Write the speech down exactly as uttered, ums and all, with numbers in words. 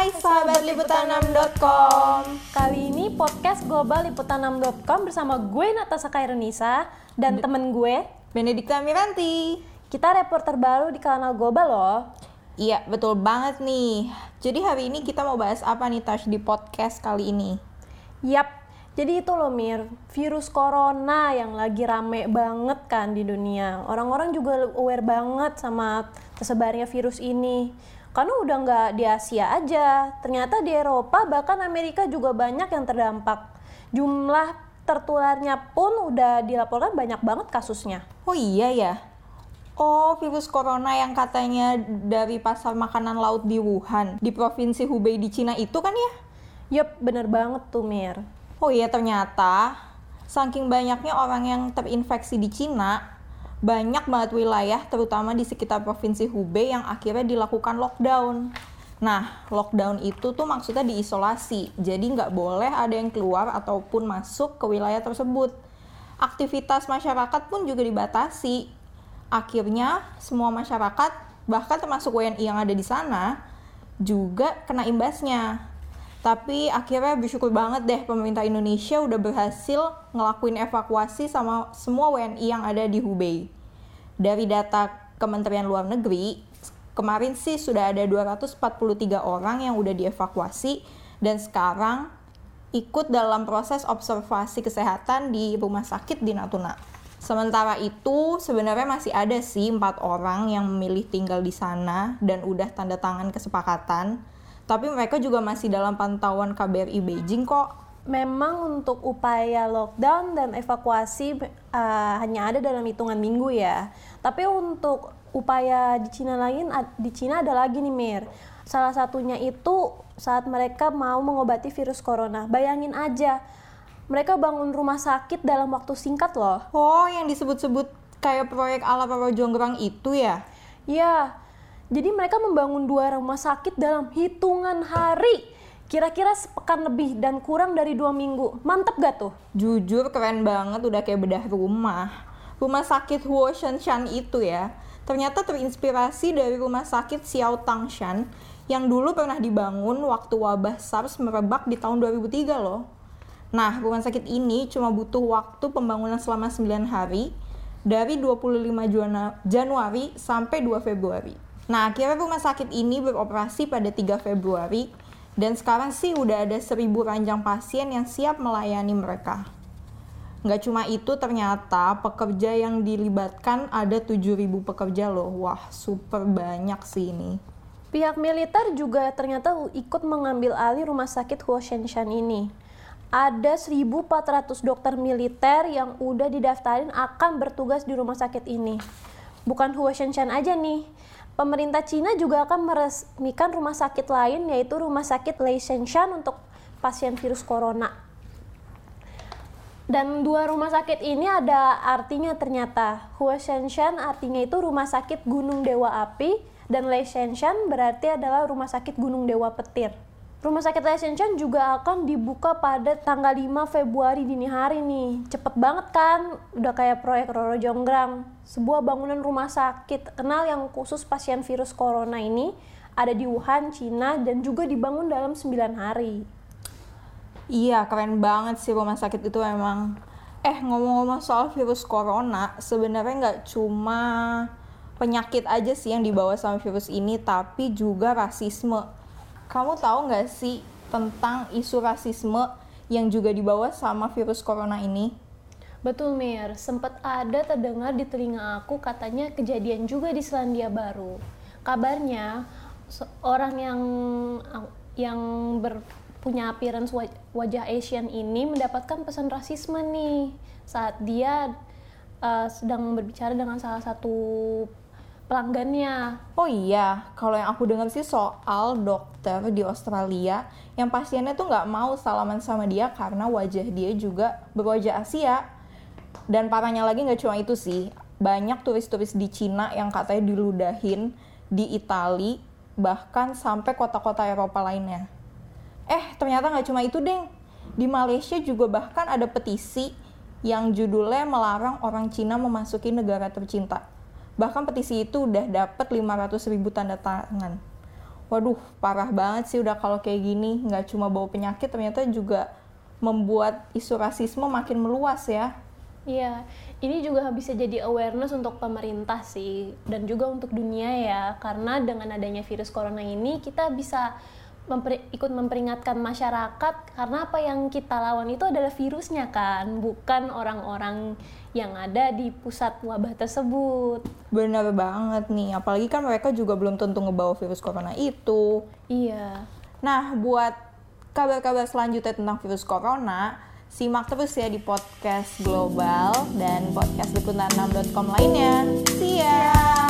Hai sahabat liputan enam dot com. Kali ini podcast Global Liputan enam dot com bersama gue Natasha Kaironisa dan D- temen gue Benedikta Miranti. Kita reporter baru di kanal Global loh. Iya, betul banget nih. Jadi hari ini kita mau bahas apa nih Tash di podcast kali ini? Yap, jadi itu loh Mir, virus corona yang lagi rame banget kan di dunia. Orang-orang juga aware banget sama tersebarnya virus ini. Karena udah nggak di Asia aja, ternyata di Eropa bahkan Amerika juga banyak yang terdampak. Jumlah tertularnya pun udah dilaporkan banyak banget kasusnya. Oh iya ya? Oh, virus corona yang katanya dari pasar makanan laut di Wuhan, di provinsi Hubei di Cina itu kan ya? Yup, bener banget tuh Mir. Oh iya, ternyata saking banyaknya orang yang terinfeksi di Cina, banyak banget wilayah terutama di sekitar provinsi Hubei yang akhirnya dilakukan lockdown. Nah, lockdown itu tuh maksudnya diisolasi, jadi nggak boleh ada yang keluar ataupun masuk ke wilayah tersebut. Aktivitas masyarakat pun juga dibatasi. Akhirnya semua masyarakat, bahkan termasuk W N I yang ada di sana, juga kena imbasnya. Tapi akhirnya bersyukur banget deh pemerintah Indonesia udah berhasil ngelakuin evakuasi sama semua W N I yang ada di Hubei. Dari data Kementerian Luar Negeri, kemarin sih sudah ada dua ratus empat puluh tiga orang yang udah dievakuasi dan sekarang ikut dalam proses observasi kesehatan di rumah sakit di Natuna. Sementara itu sebenarnya masih ada sih empat orang yang memilih tinggal di sana dan udah tanda tangan kesepakatan. Tapi mereka juga masih dalam pantauan K B R I Beijing kok. Memang untuk upaya lockdown dan evakuasi uh, hanya ada dalam hitungan minggu ya. Tapi untuk upaya di Cina lain, di Cina ada lagi nih Mir. Salah satunya itu saat mereka mau mengobati virus corona. Bayangin aja, mereka bangun rumah sakit dalam waktu singkat loh. Oh, yang disebut-sebut kayak proyek ala Roro Jonggrang itu ya? Iya. Jadi mereka membangun dua rumah sakit dalam hitungan hari. Kira-kira sepekan lebih dan kurang dari dua minggu. Mantep gak tuh? Jujur keren banget, udah kayak bedah rumah. Rumah sakit Huo Shenshan itu ya, ternyata terinspirasi dari rumah sakit Xiao Tangshan yang dulu pernah dibangun waktu wabah SARS merebak di tahun dua ribu tiga loh. Nah, rumah sakit ini cuma butuh waktu pembangunan selama sembilan hari dari dua puluh lima Januari sampai dua Februari. Nah, akhirnya rumah sakit ini beroperasi pada tiga Februari dan sekarang sih udah ada seribu ranjang pasien yang siap melayani mereka. Nggak cuma itu, ternyata pekerja yang dilibatkan ada tujuh ribu pekerja loh. Wah, super banyak sih ini. Pihak militer juga ternyata ikut mengambil alih rumah sakit Huo Shenshan ini. Ada seribu empat ratus dokter militer yang udah didaftarin akan bertugas di rumah sakit ini. Bukan Huo Shenshan aja nih. Pemerintah Cina juga akan meresmikan rumah sakit lain, yaitu Rumah Sakit Lei Shenshan untuk pasien virus corona. Dan dua rumah sakit ini ada artinya ternyata. Huo Shenshan artinya itu Rumah Sakit Gunung Dewa Api, dan Lei Shenshan berarti adalah Rumah Sakit Gunung Dewa Petir. Rumah sakit Lei Shenshan juga akan dibuka pada tanggal lima Februari dini hari nih. Cepet banget kan? Udah kayak proyek Roro Jonggrang. Sebuah bangunan rumah sakit kenal yang khusus pasien virus corona ini ada di Wuhan, Cina, dan juga dibangun dalam sembilan hari. Iya, keren banget sih rumah sakit itu emang. Eh, ngomong-ngomong soal virus corona, sebenarnya nggak cuma penyakit aja sih yang dibawa sama virus ini, tapi juga rasisme. Kamu tahu nggak sih tentang isu rasisme yang juga dibawa sama virus corona ini? Betul Mir, sempat ada terdengar di telinga aku katanya kejadian juga di Selandia Baru. Kabarnya orang yang yang ber, punya appearance wajah Asian ini mendapatkan pesan rasisme nih saat dia uh, sedang berbicara dengan salah satu pelanggannya. Oh iya, kalau yang aku dengar sih soal dokter di Australia yang pasiennya tuh nggak mau salaman sama dia karena wajah dia juga berwajah Asia. Dan parahnya lagi nggak cuma itu sih, banyak turis-turis di Cina yang katanya diludahin di Itali, bahkan sampai kota-kota Eropa lainnya. Eh, ternyata nggak cuma itu deng, di Malaysia juga bahkan ada petisi yang judulnya melarang orang Cina memasuki negara tercinta. Bahkan petisi itu udah dapat lima ratus ribu tanda tangan. Waduh, parah banget sih udah kalau kayak gini. Nggak cuma bawa penyakit, ternyata juga membuat isu rasisme makin meluas ya. Iya, ini juga bisa jadi awareness untuk pemerintah sih, dan juga untuk dunia ya, karena dengan adanya virus corona ini kita bisa memperi- ikut memperingatkan masyarakat, karena apa yang kita lawan itu adalah virusnya kan, bukan orang-orang yang ada di pusat wabah tersebut. Bener banget nih, apalagi kan mereka juga belum tentu ngebawa virus corona itu. Iya. Nah, buat kabar-kabar selanjutnya tentang virus corona, simak terus ya di podcast Global dan podcast liputan enam dot com lainnya. See ya!